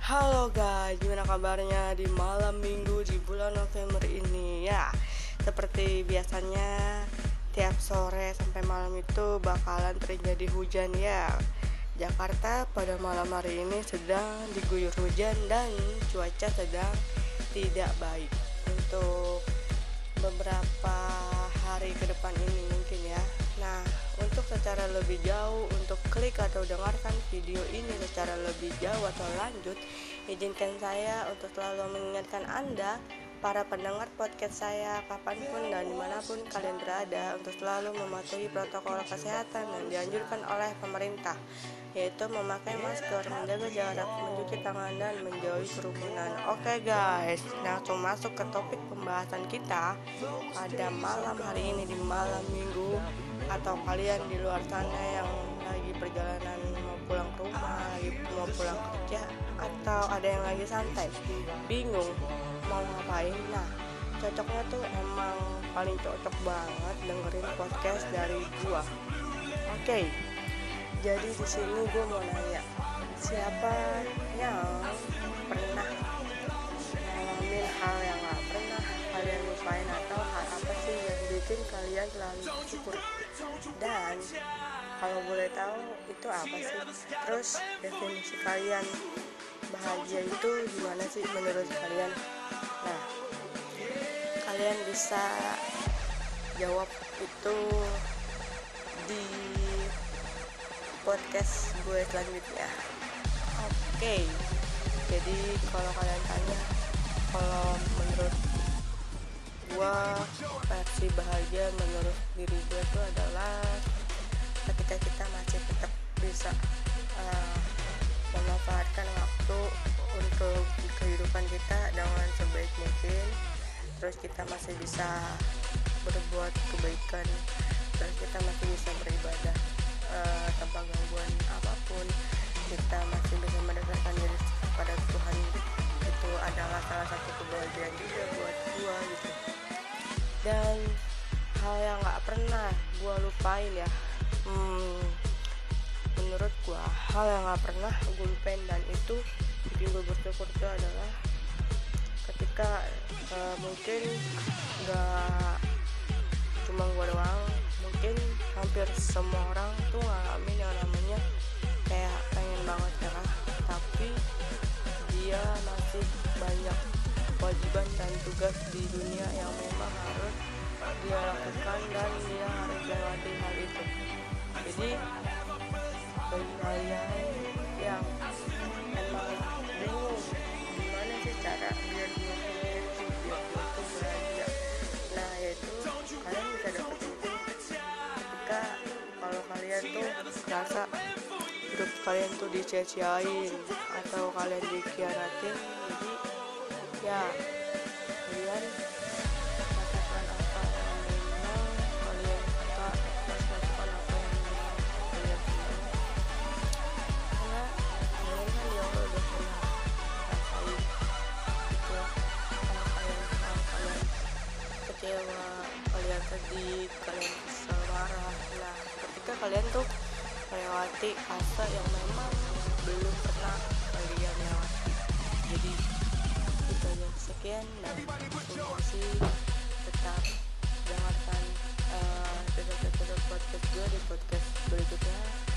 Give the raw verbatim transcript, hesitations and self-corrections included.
Halo guys, gimana kabarnya di malam minggu di bulan November ini? Ya, seperti biasanya tiap sore sampai malam itu bakalan terjadi hujan ya. Jakarta pada malam hari ini sedang diguyur hujan dan cuaca sedang tidak baik untuk beberapa hari ke depan ini mungkin ya. Nah, untuk secara lebih jauh, untuk klik atau dengarkan video ini secara lebih jauh atau lanjut, izinkan saya untuk selalu mengingatkan Anda, para pendengar podcast saya, kapanpun dan dimanapun kalian berada, untuk selalu mematuhi protokol kesehatan yang dianjurkan oleh pemerintah, yaitu memakai masker, menjaga jarak, mencuci tangan, dan menjauhi kerumunan. Oke guys, langsung masuk ke topik pembahasan kita pada malam hari ini di malam minggu, atau kalian di luar sana yang lagi perjalanan mau pulang ke rumah, lagi mau pulang kerja, atau ada yang lagi santai bingung mau ngapain. Nah, cocoknya tuh emang paling cocok banget dengerin podcast dari gua. Oke, jadi di sini gua mau nanya, siapa yang pernah ngalamin hal yang gak pernah kalian lupain, atau hal apa sih yang bikin kalian selalu bersyukur? Dan kalau boleh tahu itu apa sih? Terus definisi kalian bahagia itu gimana sih menurut kalian? Nah, kalian bisa jawab itu di podcast gue selanjutnya. Oke, jadi kalau kalian tanya, kalau menurut gue versi bahagia menurut diri gue itu adalah ketika kita masih tetap bisa uh, memanfaatkan waktu untuk kehidupan kita dengan sebaik mungkin, terus kita masih bisa berbuat kebaikan, terus kita masih bisa beribadah uh, tanpa gangguan apapun, kita masih bisa mendekatkan diri kepada Tuhan. Itu adalah salah satu kebahagiaan juga buat gua gitu. Dan hal yang gak pernah gue lupain ya, hmm, menurut gue hal yang gak pernah gue lupain dan itu bikin gue bersyukur itu adalah ketika uh, mungkin gak cuma gue doang, mungkin hampir semua orang tuh ngalamin yang namanya kayak pengen banget nyerah, tapi dia masih banyak kewajiban dan tugas di dunia yang memang harus dia lakukan dan dia harus melewati hal itu. Jadi bagi kalian yang emang bingung gimana sih cara biar dia biar dia tuh bahagia, nah yaitu kalian bisa dapetin itu ketika kalau kalian tuh merasa hidup kalian tuh disia-siain atau kalian dikhianatin. Jadi ya kalian lakukan apa yang memang kalian suka, terus lakukan apa yang memang kalian suka, karena kalian kan ya udah pernah rasain itu ya, kalau kalian kalau kalian kecewa, kalian sedih, kalian kesel, marah. Nah, ketika kalian tuh melewati fase yang memang belum pernah kalian lewati. Jadi itu aja, sekian dan terima kasih. Tetap dengarkan uh, episode-episode podcast gue di podcast berikutnya.